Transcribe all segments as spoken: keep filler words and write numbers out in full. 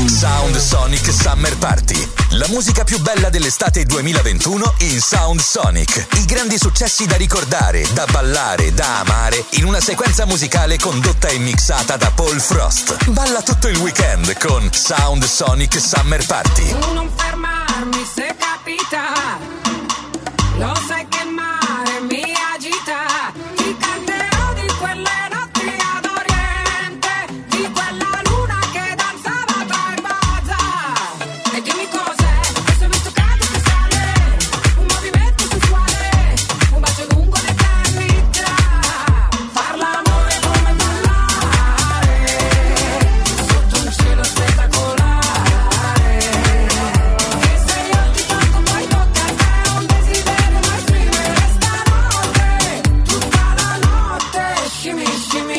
Sound Sonic Summer Party. La musica più bella dell'estate duemilaventuno in Sound Sonic. I grandi successi da ricordare, da ballare, da amare in una sequenza musicale condotta e mixata da Paul Frost. Balla tutto il weekend con Sound Sonic Summer Party. Tu non fermarmi se capita, lo sai che il mare mi agita. Ti canterò di quelle notti ad Oriente, di quella luna che danzava tra i bazar. E dimmi cos'è questo vento caldo che sale, un movimento sensuale, un bacio lungo l'eternità. Far l'amore come ballare sotto un cielo spettacolare. Che se io ti tocco poi tocca a te, un desiderio da esprimere stanotte, tutta la notte. Shimmy, shimmy.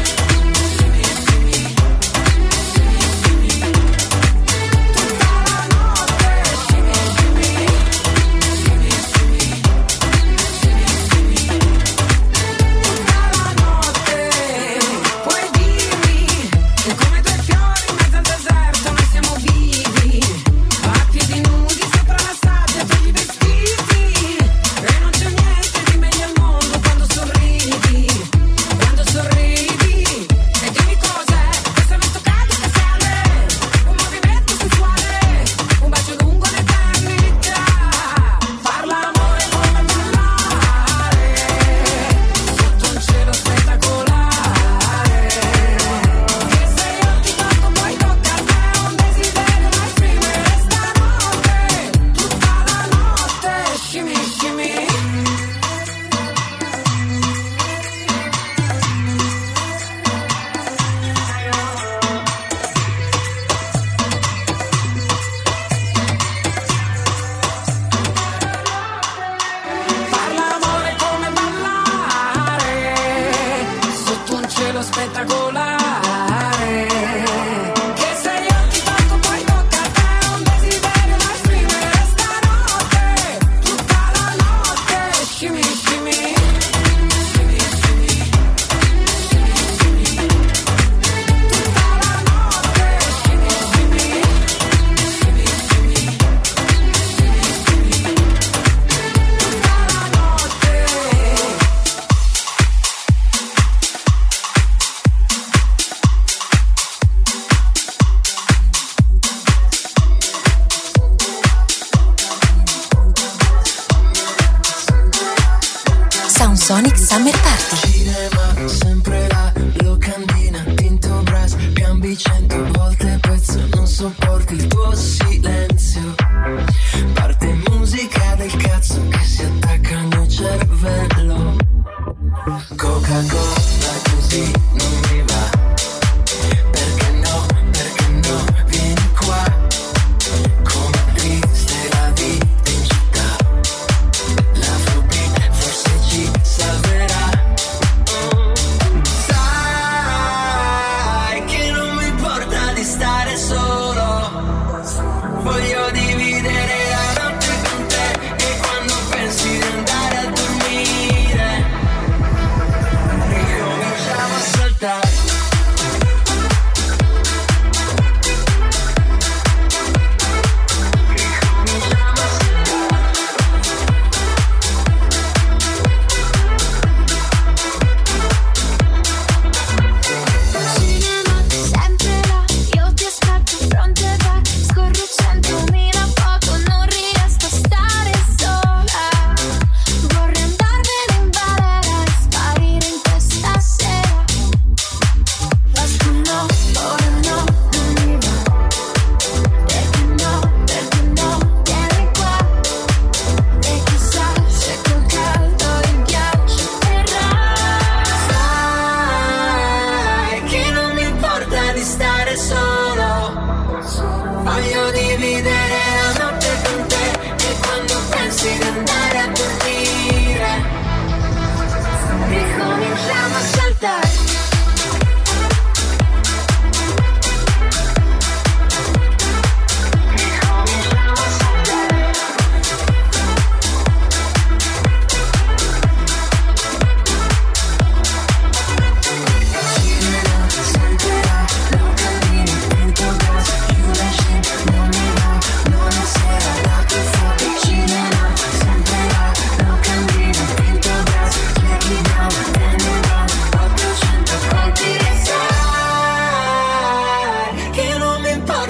Puoi dirmi che come due fiori in mezzo al deserto noi siamo vivi, a piedi nudi sopra la sabbia, togli i vestiti, e non c'è niente di meglio al mondo quando sorridi, quando sorridi. E dimmi cos'è questo vento caldo che sale, un movimento sensuale, un bacio lungo l'eternità. Far l'amore come ballare sotto un cielo spettacolare. Che se io ti tocco poi tocca a te, un desiderio da esprimere stanotte, tutta la notte. Shimmy, shimmy. Far l'amore come ballare sotto un cielo spettacolare. Che se io ti tocco poi tocca a te, un desiderio da esprimere stanotte, tutta la notte. Shimmy, shimmy. Shimmy, shimmy. Tutta la notte. Shimmy, shimmy. Shimmy, shimmy. Tutta la notte. Sound Sonic Summer Party. Cinema, sempre la locandina, tinto brass, cambi cento volte pezzo, non sopporti il tuo silenzio. Parte musica del cazzo che si attacca al mio cervello. Coca-Cola così non mi va. Perché no, perché no, vieni qua. Come triste la vita in città. La fobia forse ci salverà. Sai che non mi importa di stare solo. Voglio dividere la notte con te. E quando pensi di andare a dormire, ricominciamo a saltare. Ricominciamo a Cinema, sempre là, io ti aspetto in fronte a te. Scorro centomila foto, non riesco a stare sola. Vorrei andarmene in balera e sparire in questa sera. Basta no, ora no, non mi va. Perché no, perché no, vieni qua. E chissà se col caldo il ghiaccio terrà. Sai che non mi importa di stare solo. Voglio dividere la notte con te. E quando pensi di andare a dormire, ricominciamo a saltare. Ricominciamo a saltare. Cinema, sempre la locandina, tinto brass,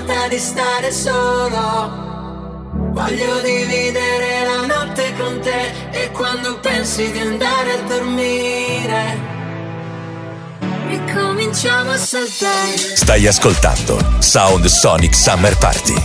sorta di stare solo. Voglio dividere la notte con te e quando pensi di andare a dormire ricominciamo a saltare. Stai ascoltando Sound Sonic Summer Party.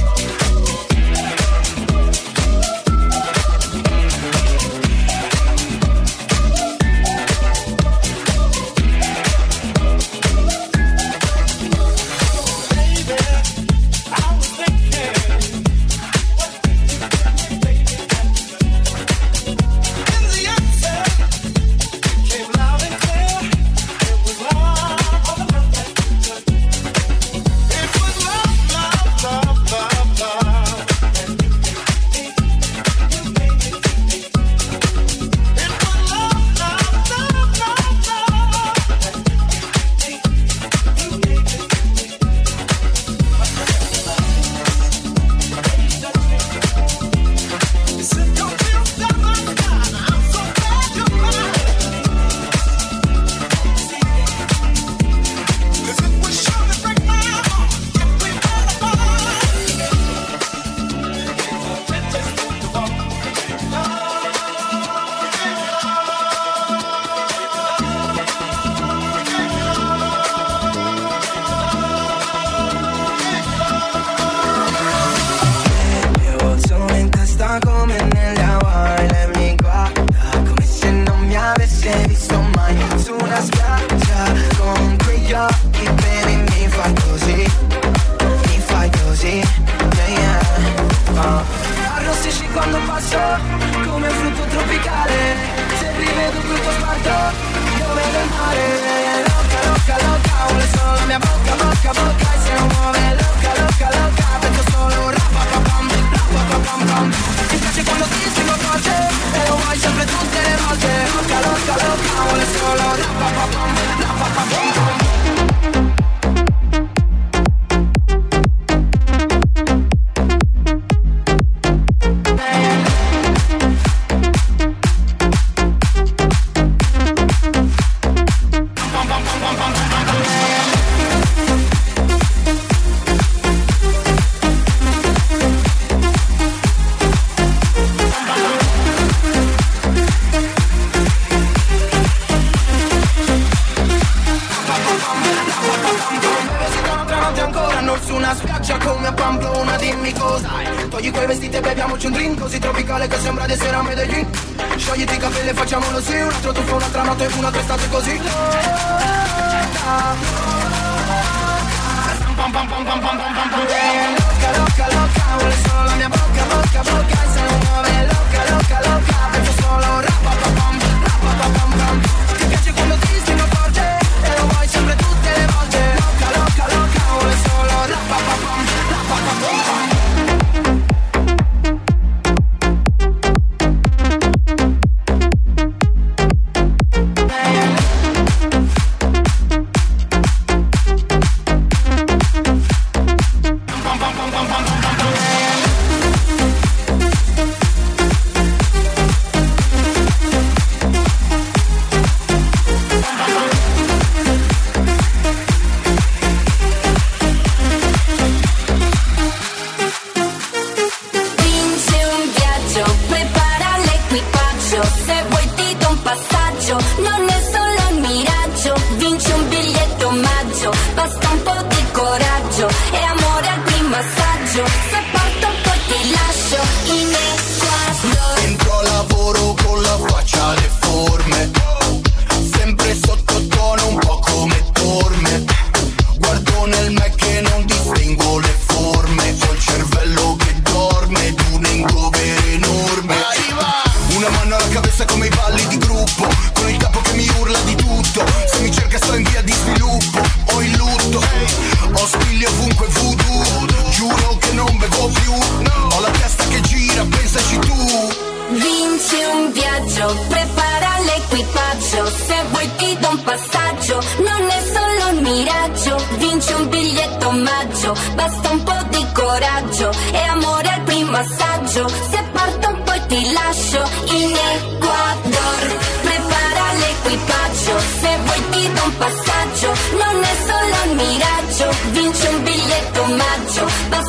Non è solo un miraggio, vinci un biglietto maggio.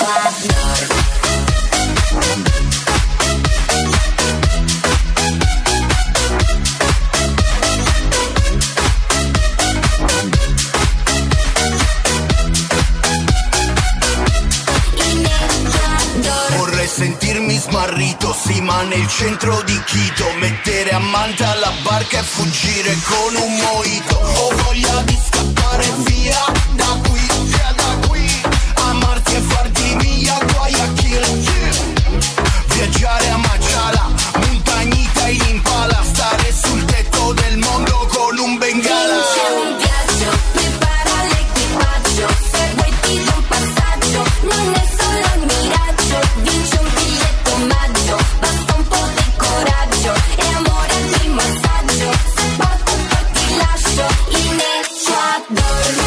Sentirmi smarrito, sì, ma nel centro di Quito, mettere a manta la barca e fuggire con un mojito. Ho voglia di scappare via da qui, via da qui, amarti e farti mia, Guayaquil. Viaggiare a Machala, montagnita in Impala, stare sul tetto del mondo con un bengala. C'è un viaggio, prepara l'equipaggio, se vuoi ti do un passaggio, non è solo un miraggio, vinci un biglietto omaggio, basta un po' di coraggio e amore al primo assaggio, se porto poi ti lascio in Ecuador.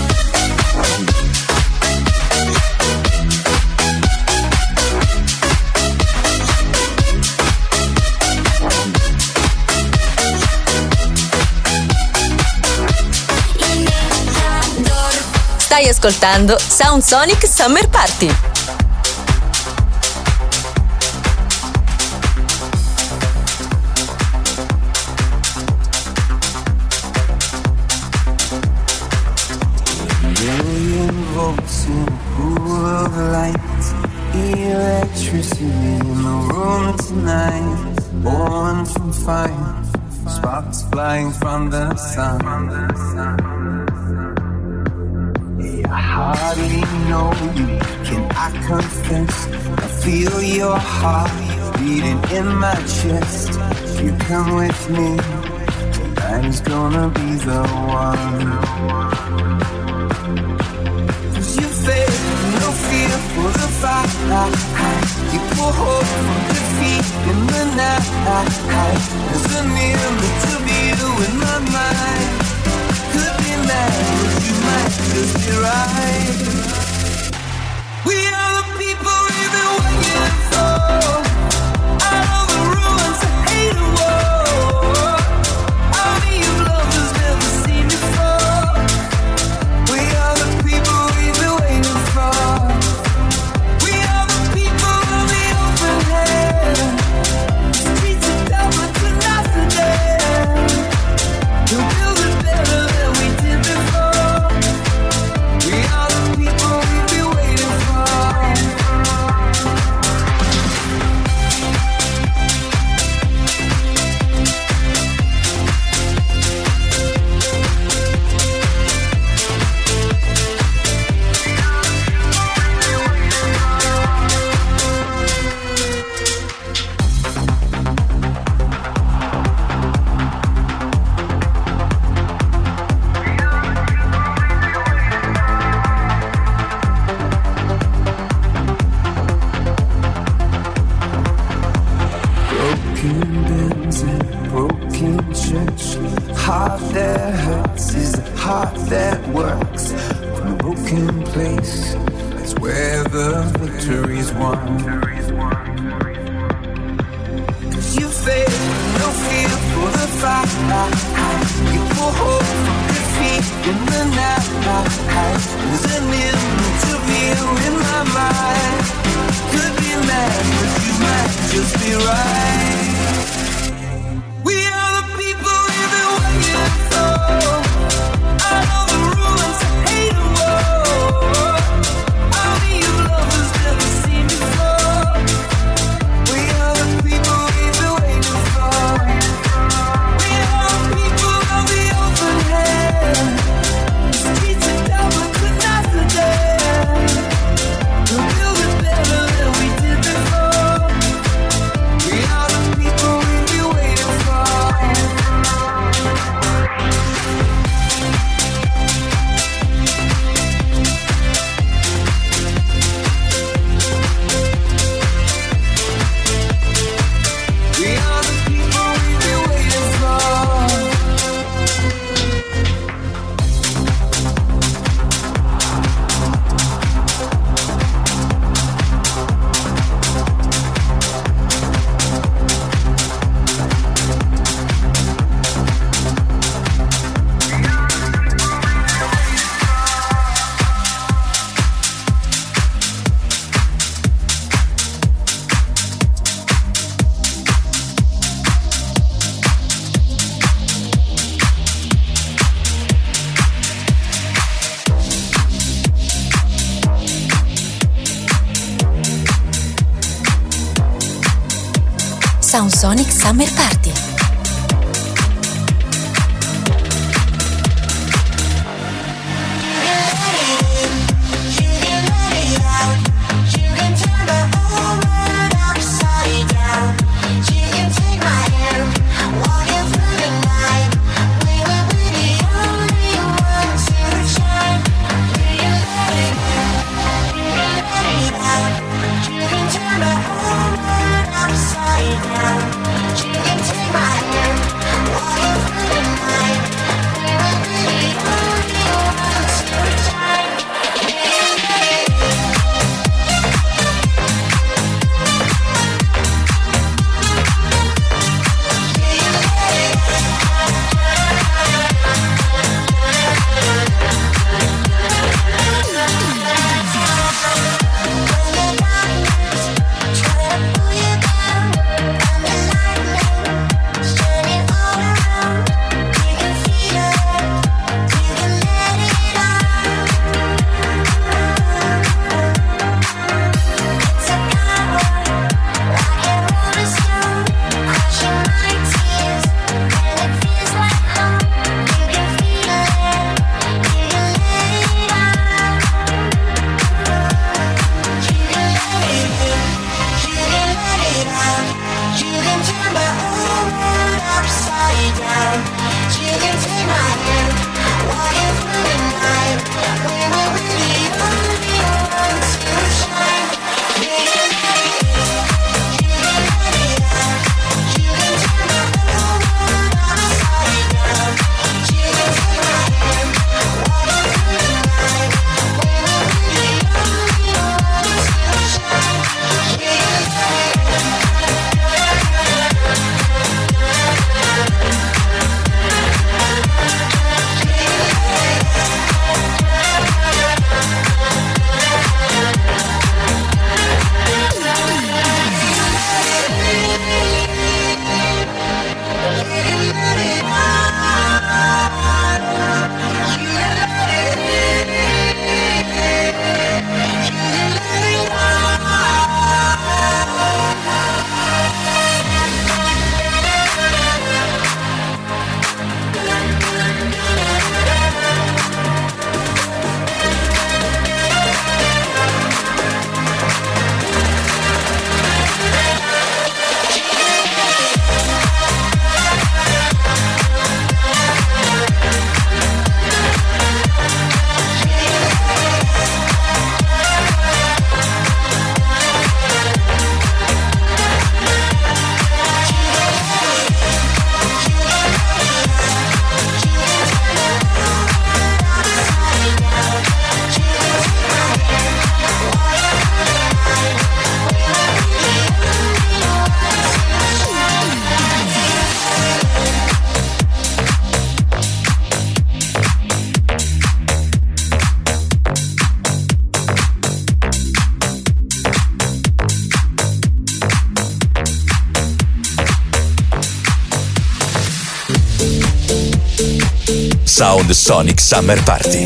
Stai ascoltando Sound Sonic Summer Party. Million volts in a pool of light, electricity in the room tonight, born from fire, sparks flying from the sun. I hardly know you, can I confess? I feel your heart beating in my chest. If you come with me, tonight is gonna be the one. Cause you feel no fear for the fight. You pull hope from defeat in the night. There's an image of you in my mind. Could be mad, but you might just be right. We are the people we've been waiting for. Out of the ruins of hate and war, army of lovers never seen before. We are the people we've been waiting for. We are the people of the open hand. The streets of Dublin tonight today. We'll build it better than we did before. We are the people we've been waiting for. Broken bends and broken church. Heart that hurts is the heart that works. From a broken place, that's where the victory's won. Cause you feel no fear for the fight. You pull hope from defeat in the night. There's an image of you in my mind. Could be mad, but you might just be right. We are the people we've been waiting for. Out of the ruins of hate and war, army of lovers never seen before. We are the people we've been waiting for. We are the people of the open hand. The streets of Dublin tonight today. We'll build it better than we did before. We are Sound Sonic Summer Party. Sound Sonic Summer Party.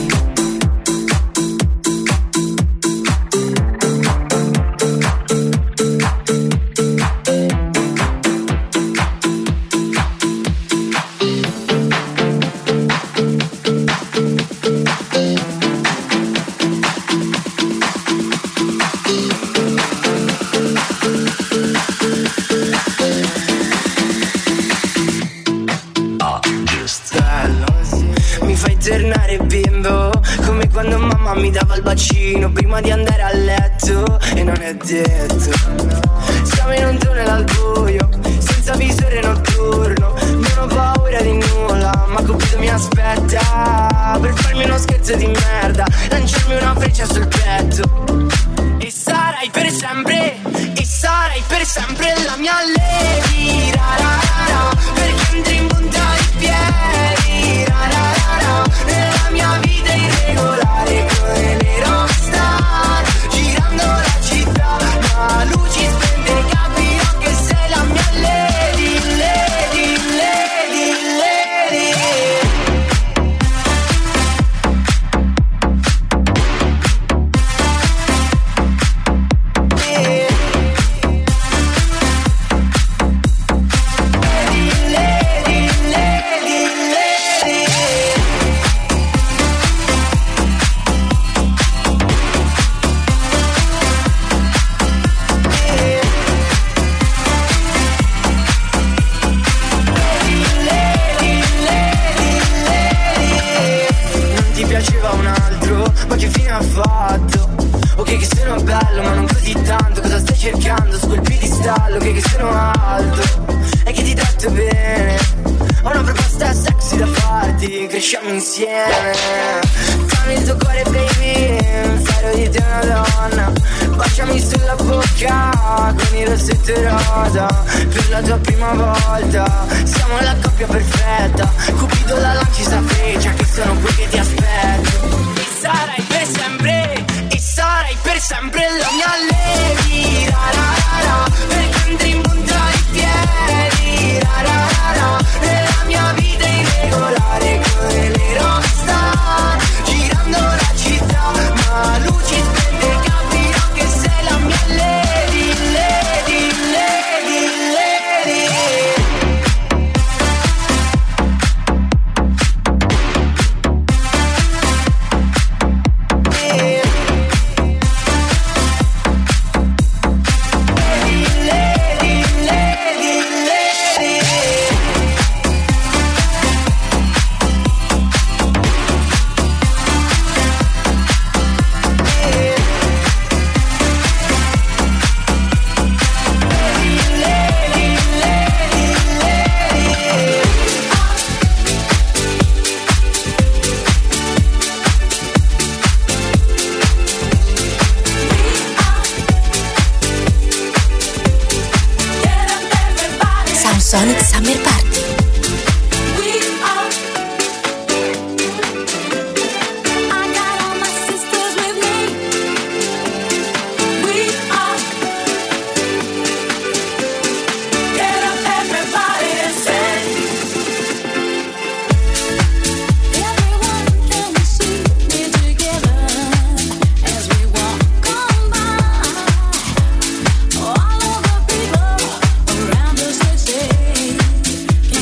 Prima di andare a letto, e non è detto. Siamo in un tunnel al buio, senza visore notturno. Non ho paura di nulla, ma Cupido mi aspetta per farmi uno scherzo di merda, lanciarmi una freccia sul petto. E sarai per sempre, e sarai per sempre la mia lady, ra ra ra ra, perché entri in punta di piedi, ra ra ra ra, nella mia vita irregolare come le rockstar, girando la città, ma luci spente capirò che sei la mia lady, lady, lady, lady. Yeah. sono bello ma non così tanto. Cosa stai cercando su quel piedistallo? Che, che sono alto e che ti tratto bene. Ho una proposta sexy da farti, cresciamo insieme. Dammi il tuo cuore baby, farò di te una donna. Baciami sulla bocca con il rossetto rosa. Per la tua prima volta siamo la coppia perfetta. Cupido la lanci sta freccia, che sono qui che ti aspetto. E sarai per sempre, e sarai per sempre la mia lady. Ra ra ra ra, perché andrei in punta ai piedi. Ra ra ra ra, nella mia vita irregolare come le rockstar, girando la città, ma luci spente capirò che sei la mia lady, lady, lady, lady. Sonic Summer Party. All of the people around us, they say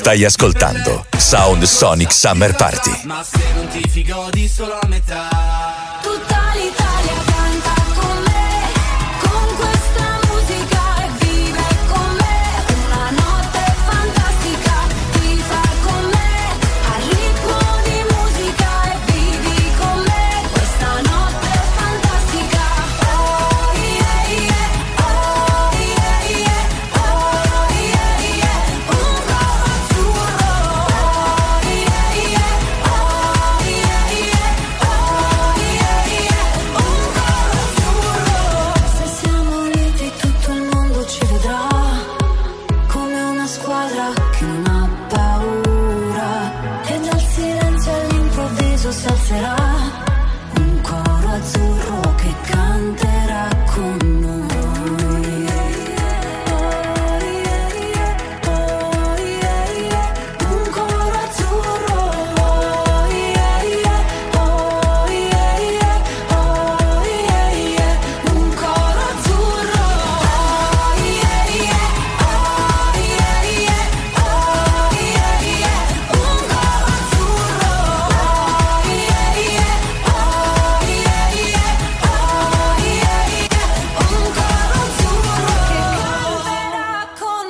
Stai ascoltando Sound Sonic Summer Party. Ma se non ti figo di solo a metà. Tutta l'Italia canta con me, con questa musica e vive con me. Una notte fantastica, ti fa con me, al ritmo di musica e vivi con me. Questa notte fantastica, oh yeah yeah, oh yeah yeah, oh yeah yeah. Un coro azzurro, oh yeah yeah, oh yeah yeah, oh yeah yeah. Un coro azzurro. Se siamo uniti tutto il mondo ci vedrà, come una squadra che non ha paura, e dal silenzio all'improvviso si alzerà un coro azzurro che canterà con noi. Oh yeah yeah, oh yeah yeah. Un coro azzurro, oh yeah yeah, oh yeah yeah, oh yeah yeah. Un coro azzurro, oh yeah yeah, oh yeah yeah, oh yeah yeah. Un coro azzurro, oh yeah yeah, oh yeah yeah, oh yeah yeah. Un coro azzurro che canterà con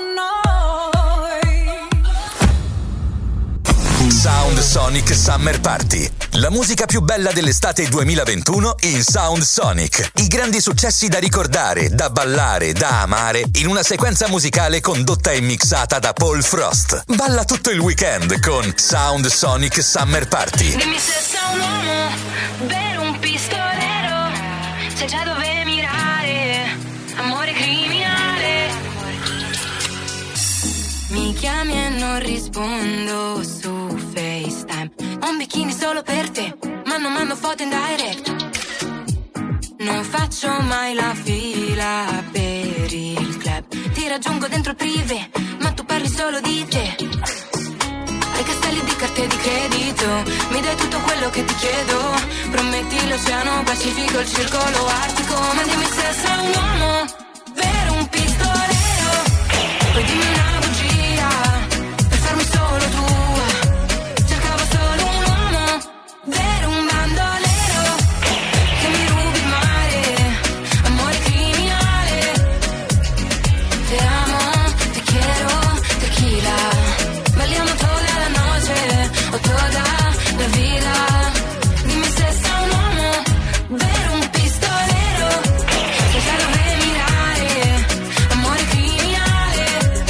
noi. Sound Sonic Summer Party. La musica più bella dell'estate duemilaventuno in Sound Sonic. I grandi successi da ricordare, da ballare, da amare, in una sequenza musicale condotta e mixata da Paul Frost. Balla tutto il weekend con Sound Sonic Summer Party. Dimmi se sei un uomo, vero un pistolero, c'è già dove mirare, amore criminale. Mi chiami e non rispondo su FaceTime, ho un bikini solo per te, ma non mando foto in direct. Non faccio mai la fila per il club, ti raggiungo dentro il privé, ma tu parli solo di te. Ai castelli di carte di credito, mi dai tutto quello che ti chiedo. Prometti l'oceano Pacifico, il circolo artico. Ma dimmi se sei un uomo, vero un pistolero, poi dimmi una bugia, per farmi solo tua. Cercavo solo un uomo, vero un bandolero, che mi rubi il mare, amore criminale. Te amo, te quiero, tequila, balliamo toda la noche, o toda la vida. Dimmi se sei un uomo, vero un pistolero, se già dove mirare, amore criminale.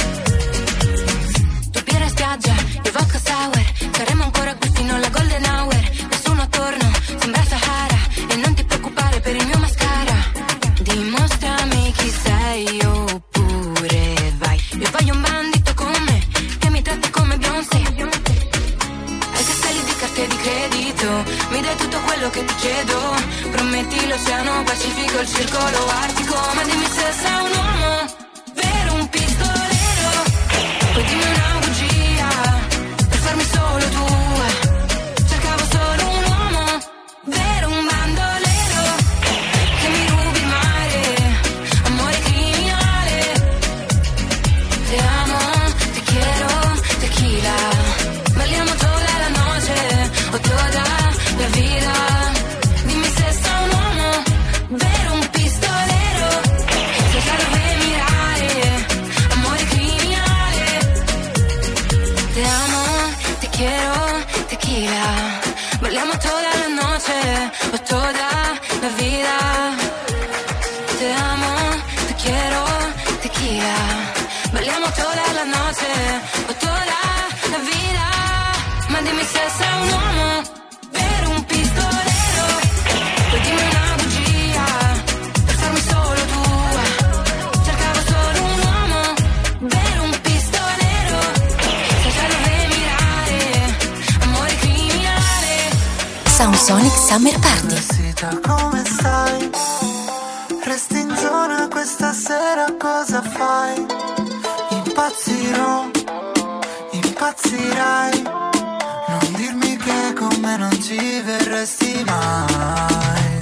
Tu birra in spiaggia, io vodka sour, saremo ancora qui fino alla golden hour. Nessuno attorno, sembra Sahara, e non ti preoccupare per il mio mascara. Dimostrami chi sei oppure vai, io voglio un bandito con me, che mi tratti come Beyoncé. Ai castelli di carte di credito, mi dai tutto quello che ti chiedo. Prometti l'oceano Pacifico, il circolo artico. Ma dimmi se sei un uomo, vero un pistolero, poi dimmi una bugia, per farmi solo tua. Cercavo solo un uomo, vero un bandolero, che mi rubi il mare, amore criminale. Te amo, te quiero, tequila, balliamo toda la noche, o toda la vida. Dimmi se sei un uomo, vero un pistolero, se già dove mirare, amore criminale. Te amo, te quiero, tequila, balliamo toda la noche, o toda la vida. Te amo, te quiero, tequila, balliamo toda la noche, o toda la vida. Ma dimmi se sei un uomo, vero un pistolero, poi dimmi una bugia, per farmi solo tua. Cercavo solo un uomo, vero un pistolero, se già dove mirare, amore criminale. Sound Sonic Summer Party. Necessita, come stai? Resti in zona questa sera, cosa fai? Impazzirò, impazzirai. Non dirmi che con me non ci verresti mai. Sto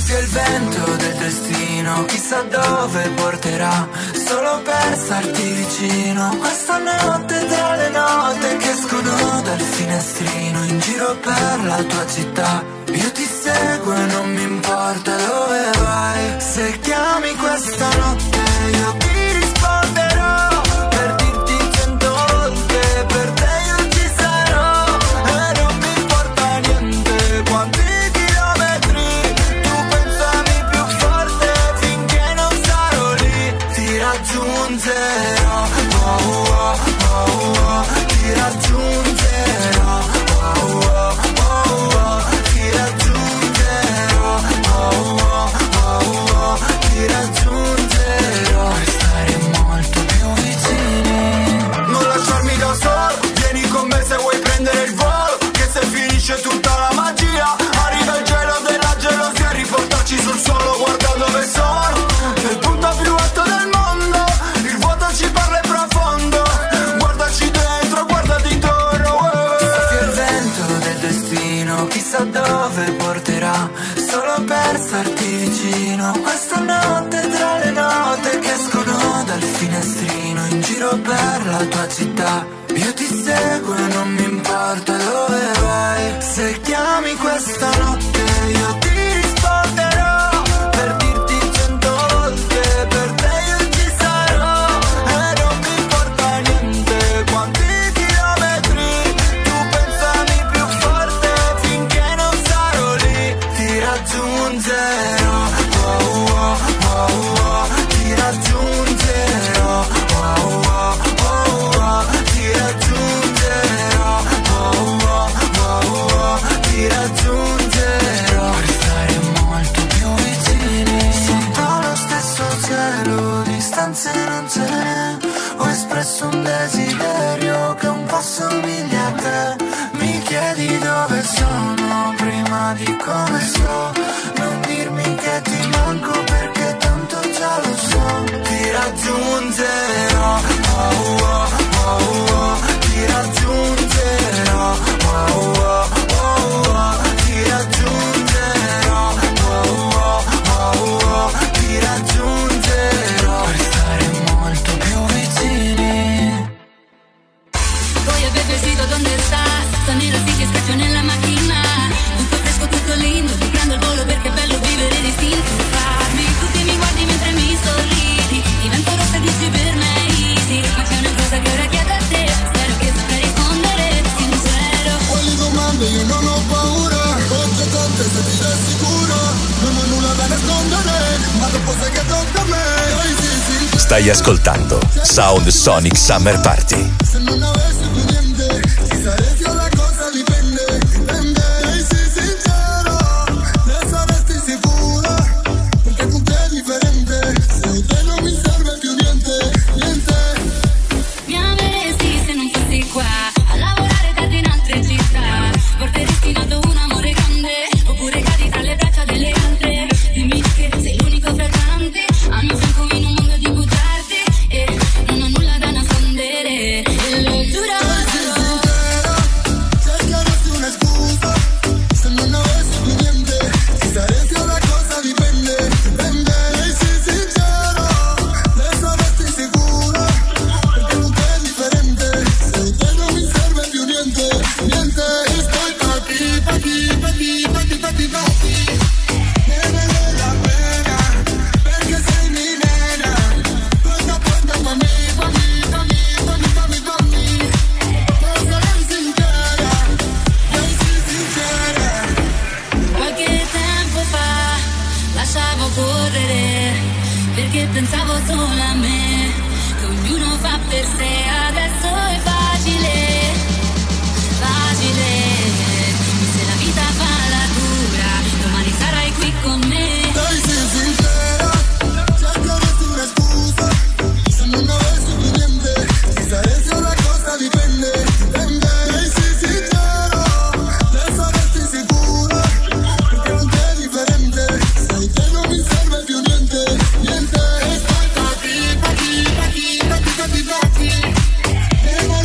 Soffia il vento del destino, chissà dove porterà, solo per starti vicino. Questa notte tra le note che escono dal finestrino, in giro per la tua città, io ti seguo e non mi importa dove vai. Se chiami questa notte io ti risponderò, per dirti cento volte per te io ci sarò. E non mi importa niente quanti chilometri, tu pensami più forte finché non sarò lì. Ti raggiungerò, oh, oh, oh, oh, ti raggiungerò, oh, oh, oh, oh, ti raggiungerò, oh, oh, oh, oh, ti raggiungerò, per stare molto più vicini. Non lasciarmi da solo, vieni con me se vuoi prendere il volo, che se finisce tutta la magia arriva il gelo della gelosia, riportarci sul suolo, guarda dove sono, nel punto più alto del mondo, il vuoto ci parla e profondo, guardaci dentro, guardati intorno, oh. Soffia il vento del destino, chissà dove porterà, solo per starti vicino. Questa notte tra le note che escono dal finestrino, in giro per la tua città, io ti seguo e non mi importa dove vai. Se chiami questa notte io ti risponderò, per dirti cento volte per te io ci sarò. E non mi importa niente quanti chilometri, tu pensami più forte finché non sarò lì. Ti raggiungerò, oh, oh, oh, oh, ti raggiungerò, oh, oh, oh, oh, ti raggiungerò, oh, oh, oh, oh, ti raggiungerò, per stare molto più vicini. Sotto lo stesso cielo distanze non ce n'è, ho espresso un desiderio che un po' somiglia a te. Mi chiedi dove sono prima di come sto, non dirmi che ti manco perché tanto già lo so. Ti raggiungerò, oh, oh, oh, oh, ti raggiungerò, oh, oh, oh, oh, ti raggiungerò, oh, oh, oh, oh, ti raggiungerò, per stare molto più vicini. Voy a ver vestido donde estás, Sanero sí che specchio nella macchina, tutto fresco, tutto lindo, prendo il volo perché è bello vivere distinto. Farmi, tu che mi guardi mentre mi sorridi, divento rossa e dici per me easy, ma c'è una cosa che ora chiedo a te, spero che saprai rispondere sincero. Quali domande io non ho paura, oggi con te se ti sei sicuro, non ho nulla da nascondere, ma dopo sai che tocca a me. Dai, sì, sì. Stai ascoltando Sound Sonic Summer Party. Se non avessi più niente, ti saresti una cosa dipende, dipende. Dai, sì, sincero, ne saresti sicura, perché con te è differente, se te non mi serve più niente, niente. Mi ameresti se non fossi qua, a lavorare da te in altre città, porteresti in auto un amore grande, oppure cadi tra le braccia delle altre. Dimmi che sei l'unico fra tanti, a mio fianco in un mondo di bugiardi, e non ho nulla da nascondere, e lo giuro. Cercheresti una scusa, se non avessi più niente, ti saresti una cosa dipende, dipende. Dai, sì, sincero, ne saresti sicura, perché con te è differente, se te non mi serve più niente, niente. E sto pa' ti, pa' ti, pa' ti, pa' ti, pa' ti, pa' ti. Ne vale la pena, perché sei mi nena, quando porta mami, mami, mami, mami, mami, mami. Per essere sincera, dai, sì, sincera. Qualche tempo fa lasciavo correre, perché pensavo solo a me, che ognuno fa per sé, adesso è facile, facile, se la vita fa la dura, domani sarai qui con me. Dai, sei sincera, cercheresti una scusa, se non avessi più niente, ti saresti una cosa dipende, dipende. Dai, sei sincero, ne saresti sicura, perché con te è differente, se te non mi serve più niente, niente. E sto pa' ti, pa' ti, pa' ti, pa' ti, pa' ti, pa' ti. Ne vale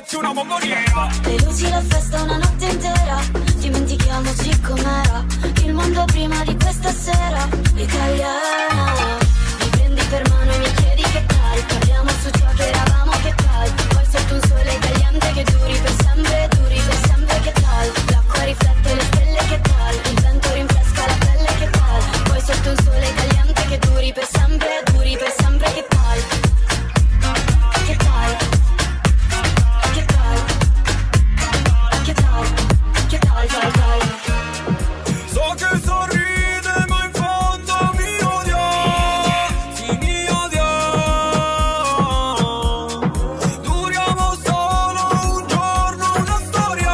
metti una bomboniera. Le luci, la festa una notte intera, dimentichiamoci com'era il mondo prima di questa sera. Italiana, mi prendi per mano e mi chiedi che tal, parliamo su ciò che eravamo, che tal, poi sotto un sole caliente che duri per sempre, duri per sempre, che tal, l'acqua riflette le stelle, che tal, il vento rinfresca la pelle, che tal, poi sotto un sole caliente che duri per sempre, duri per sempre, che tal, che tal, che tal, che tal, che tal, tal, tal. So che sorride ma in fondo mi odia, sì mi odia. Duriamo solo un giorno, una storia.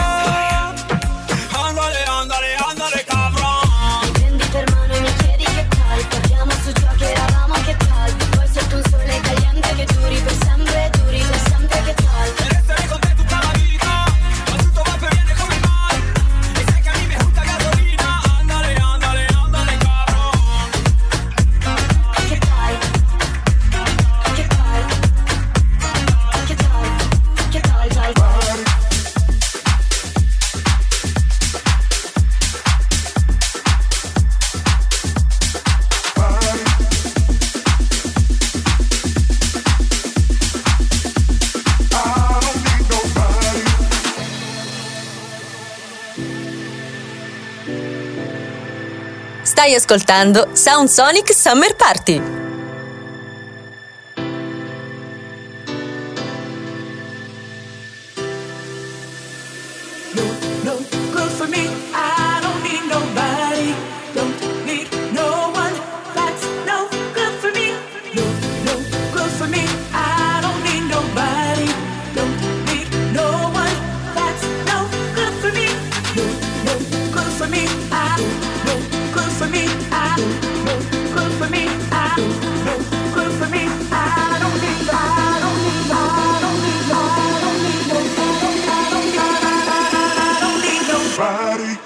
Andale, andale, andale cabrón. Mi prendi per mano e mi chiedi che tal, parliamo su ciò che eravamo, che tal, poi sotto un sole caliente che duri per sempre, duri per sempre, che tal. Per essere con te tutta la vita, ma tutto va per bene come mai. E sai che a me mi butta gasolina. Andale, andale, andale cabrón. Che tal, che tal, che tal, che tal, tal, tal. Stai ascoltando Sound Sonic Summer Party. No good for me. I don't need nobody. Don't need no one. That's no good for me. No, no good for me. I don't need nobody. Don't need no one. That's no good for me. No, no good for me. I no good for me. I no good for me. I no good for me. I don't need. I don't need. I don't need. I don't need. I don't need. I don't need. I don't need nobody.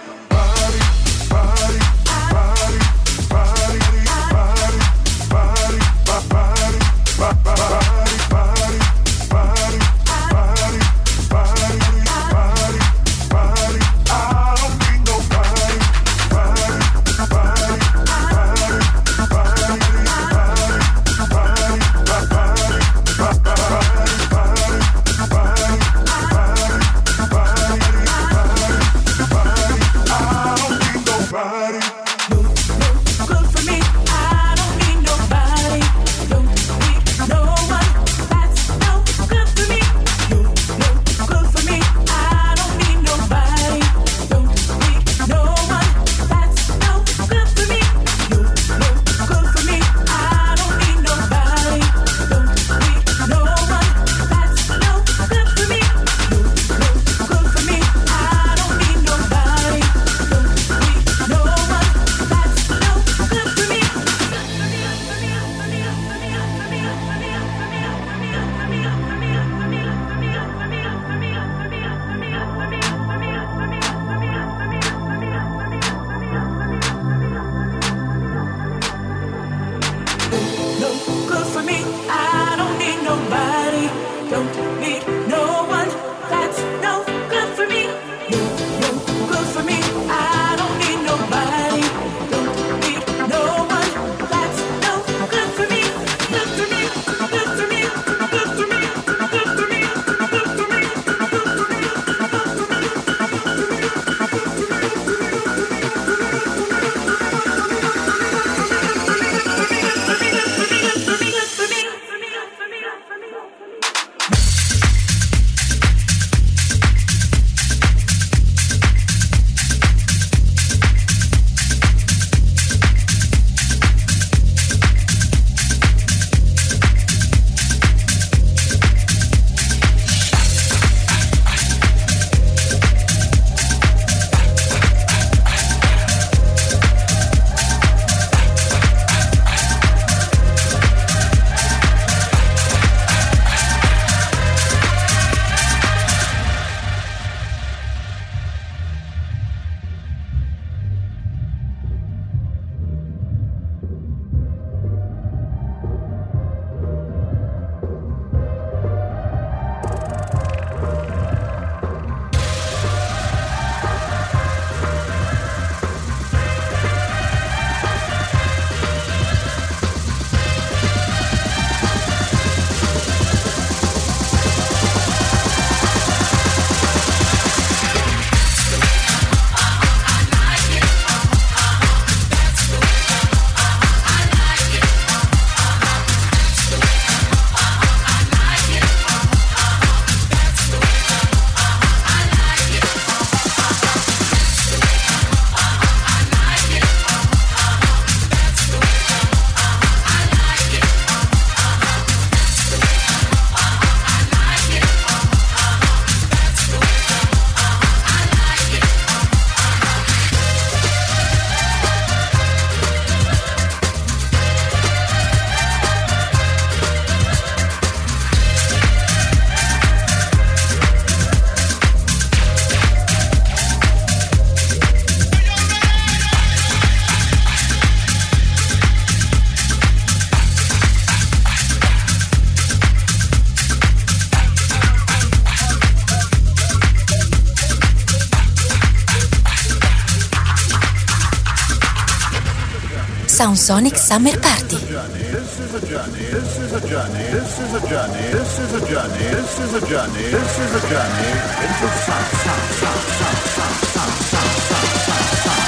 Sound Sonic Summer Party. This is a journey, this is a journey, this is a journey, this is a journey, this is a journey, this is a journey into sound, sound, sound, sound, sound, sound, sound, sound, sound, sound.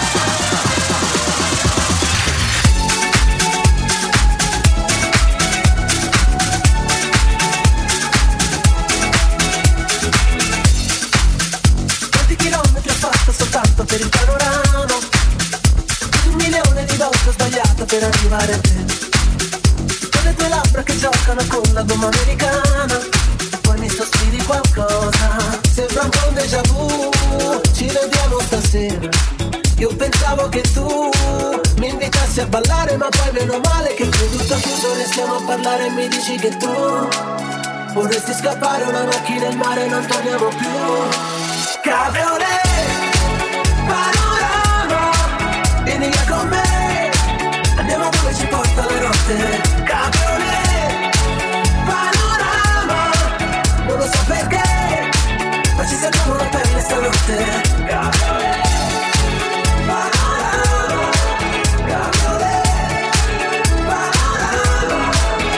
Quanti chilometri ho fatto soltanto per il panorama? Un milione di volte ho sbagliato per arrivare a te. Con le tue labbra che giocano con la gomma americana. E poi mi sospiri qualcosa. Sembra un po' un déjà vu. Ci vediamo stasera. Io pensavo che tu mi invitassi a ballare, ma poi meno male che tu tutto chiuso restiamo a parlare e mi dici che tu vorresti scappare una macchina in mare e non torniamo più. Cabriolet, panorama, vieni via con me, andiamo dove ci porta la notte. Cabriolet, panorama, non lo so perché, ma ci sentiamo la pelle stanotte. Cabriolet, panorama, cabriolet, panorama.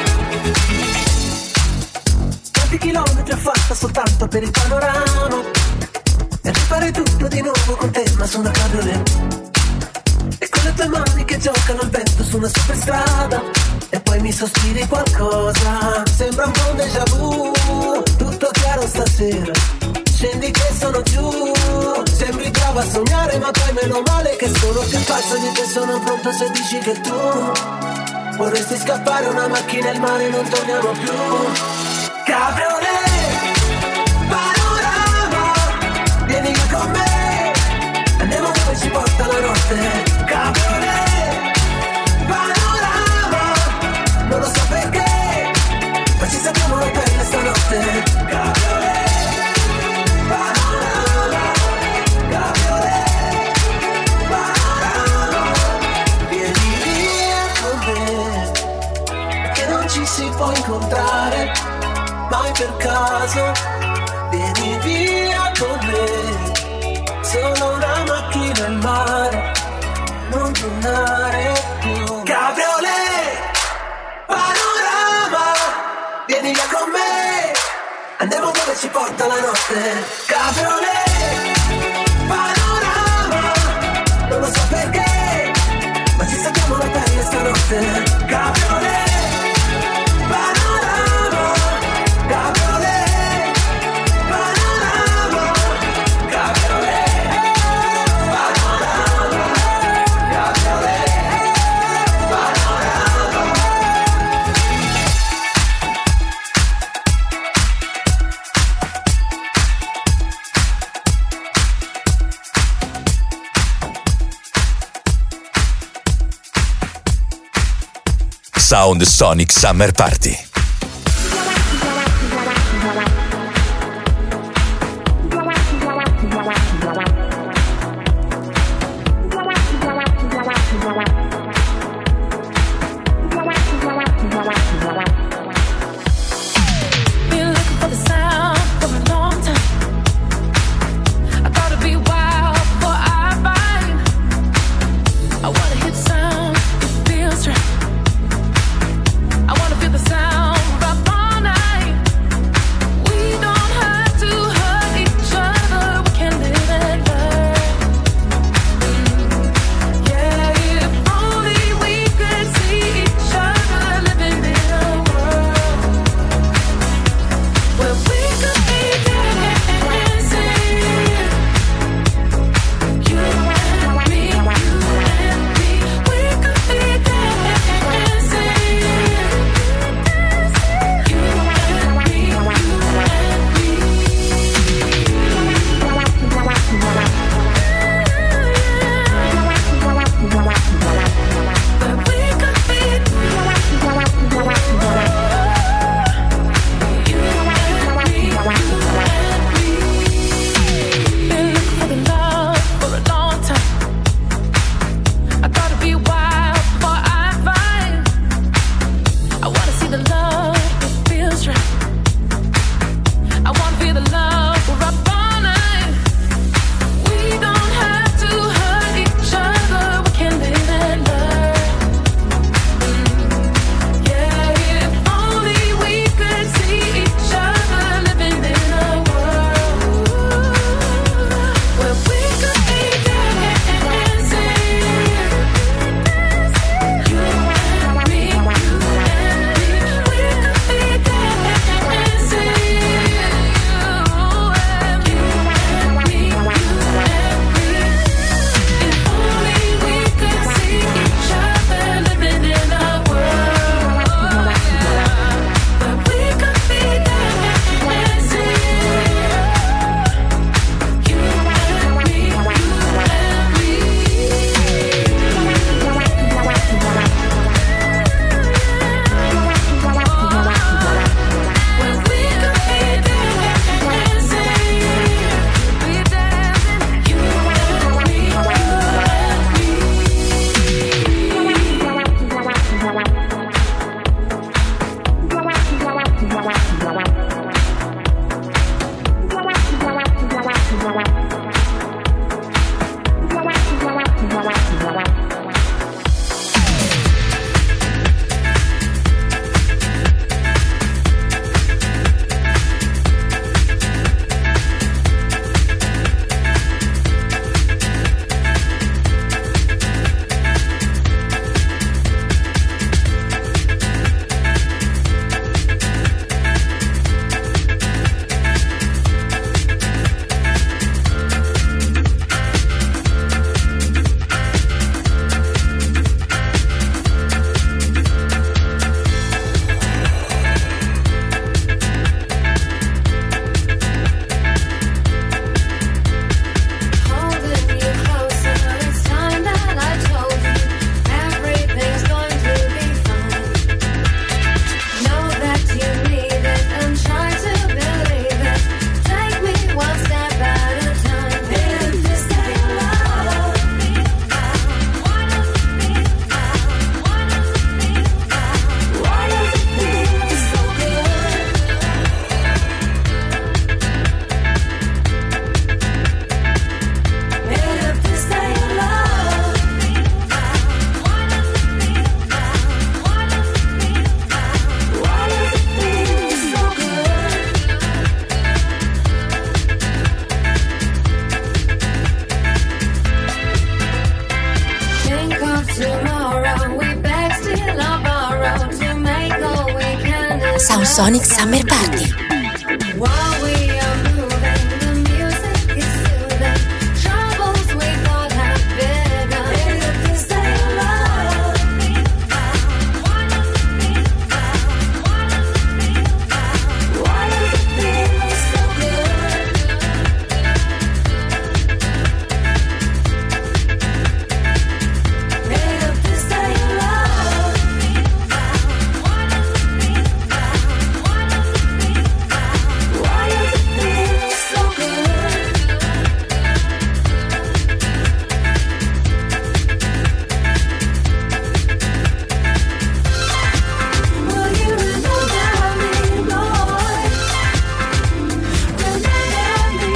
Quanti chilometri ho fatto soltanto per il panorama? E rifare tutto di nuovo con te, ma su una cabriolet. E con le tue mani che giocano al vento su una superstrada. E poi mi sospiri qualcosa. Sembra un po' un déjà vu. Tutto chiaro stasera. Scendi che sono giù. Sembri bravo a sognare, ma poi meno male che sono più pazzo di te. Sono pronto se dici che tu vorresti scappare una macchina e il mare, non torniamo più. Cabriolet, panorama, vieni via con me, andiamo dove ci porta la notte. Cabriolet, panorama, non lo so perché, ma ci sappiamo la pelle stanotte. Cabriolet, panorama, cabriolet, panorama, vieni via con me, che non ci si può incontrare mai per caso. Vieni via con me, solo una macchina in mare, non tornare più. Cabriolet, panorama, vieni via con me, andiamo dove ci porta la notte. Cabriolet, panorama, non lo so perché, ma ci sappiamo la pelle stanotte. Cabriolet, panorama, cabriolet, panorama, cabriolet, panorama, cabriolet, panorama. Sound Sonic Summer Party. Been looking for the sound for a long time. I gotta be wild before I find. I wanna hit sound, it feels right. I wanna feel the sound. Sonic Summer Party. While we are moving, the music is soothing. Troubles we thought had begun. If you say love, why does it feel now? Why does it feel now? Why does it feel so good? If you say love, why does it feel now? Why does it feel now? Why does it feel so good? Will you remember me, boy? Remember me,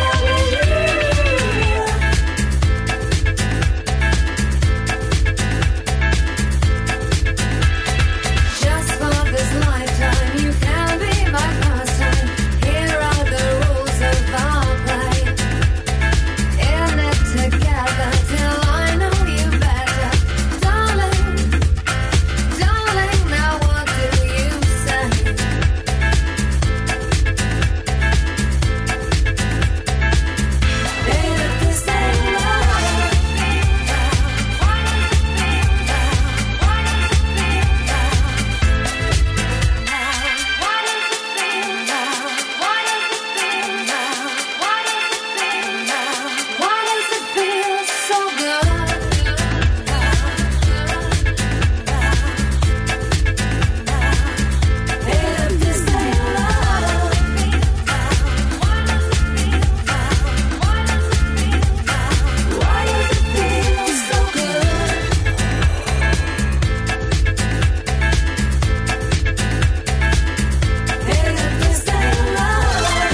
just for this lifetime, you can be my pastime. Here are the rules of our play. In it together till I know you better, darling, darling. Now what do you say? If you say love, why does it feel now? Why does it feel now? Why does it feel now? Why does it feel now? Why does it feel now? Why does it feel so good? If you say love, why does it feel now? Why does it feel now? Why does it feel so good? If you say love,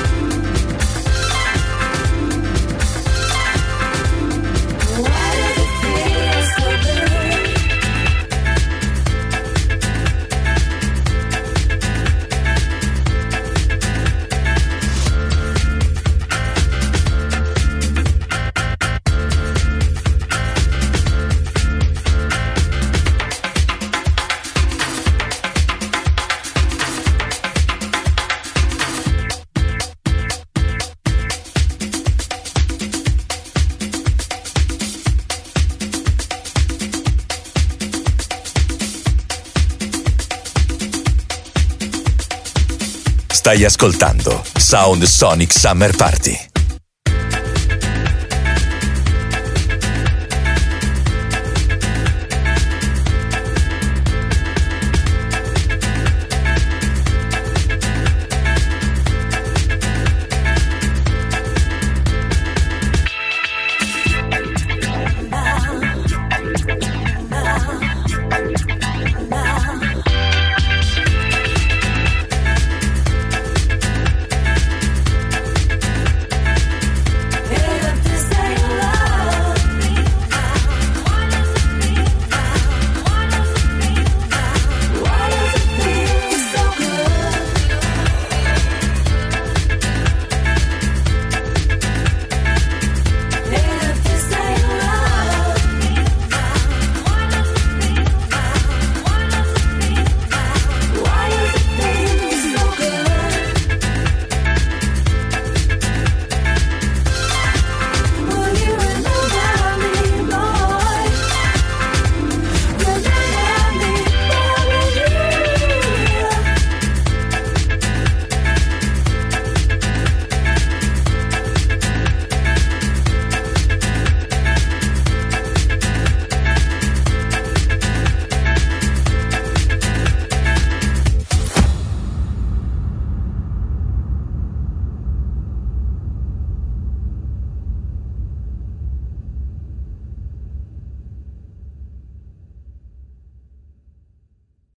why does it feel so good? Stai ascoltando Sound Sonic Summer Party.